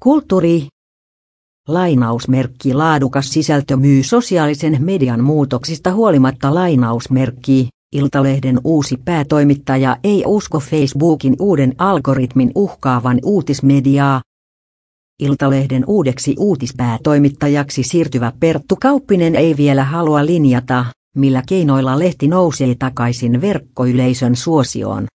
Kulttuuri. Laadukas sisältö myy sosiaalisen median muutoksista huolimatta. Iltalehden uusi päätoimittaja ei usko Facebookin uuden algoritmin uhkaavan uutismediaa. Iltalehden uudeksi uutispäätoimittajaksi siirtyvä Perttu Kauppinen ei vielä halua linjata, millä keinoilla lehti nousee takaisin verkkoyleisön suosioon.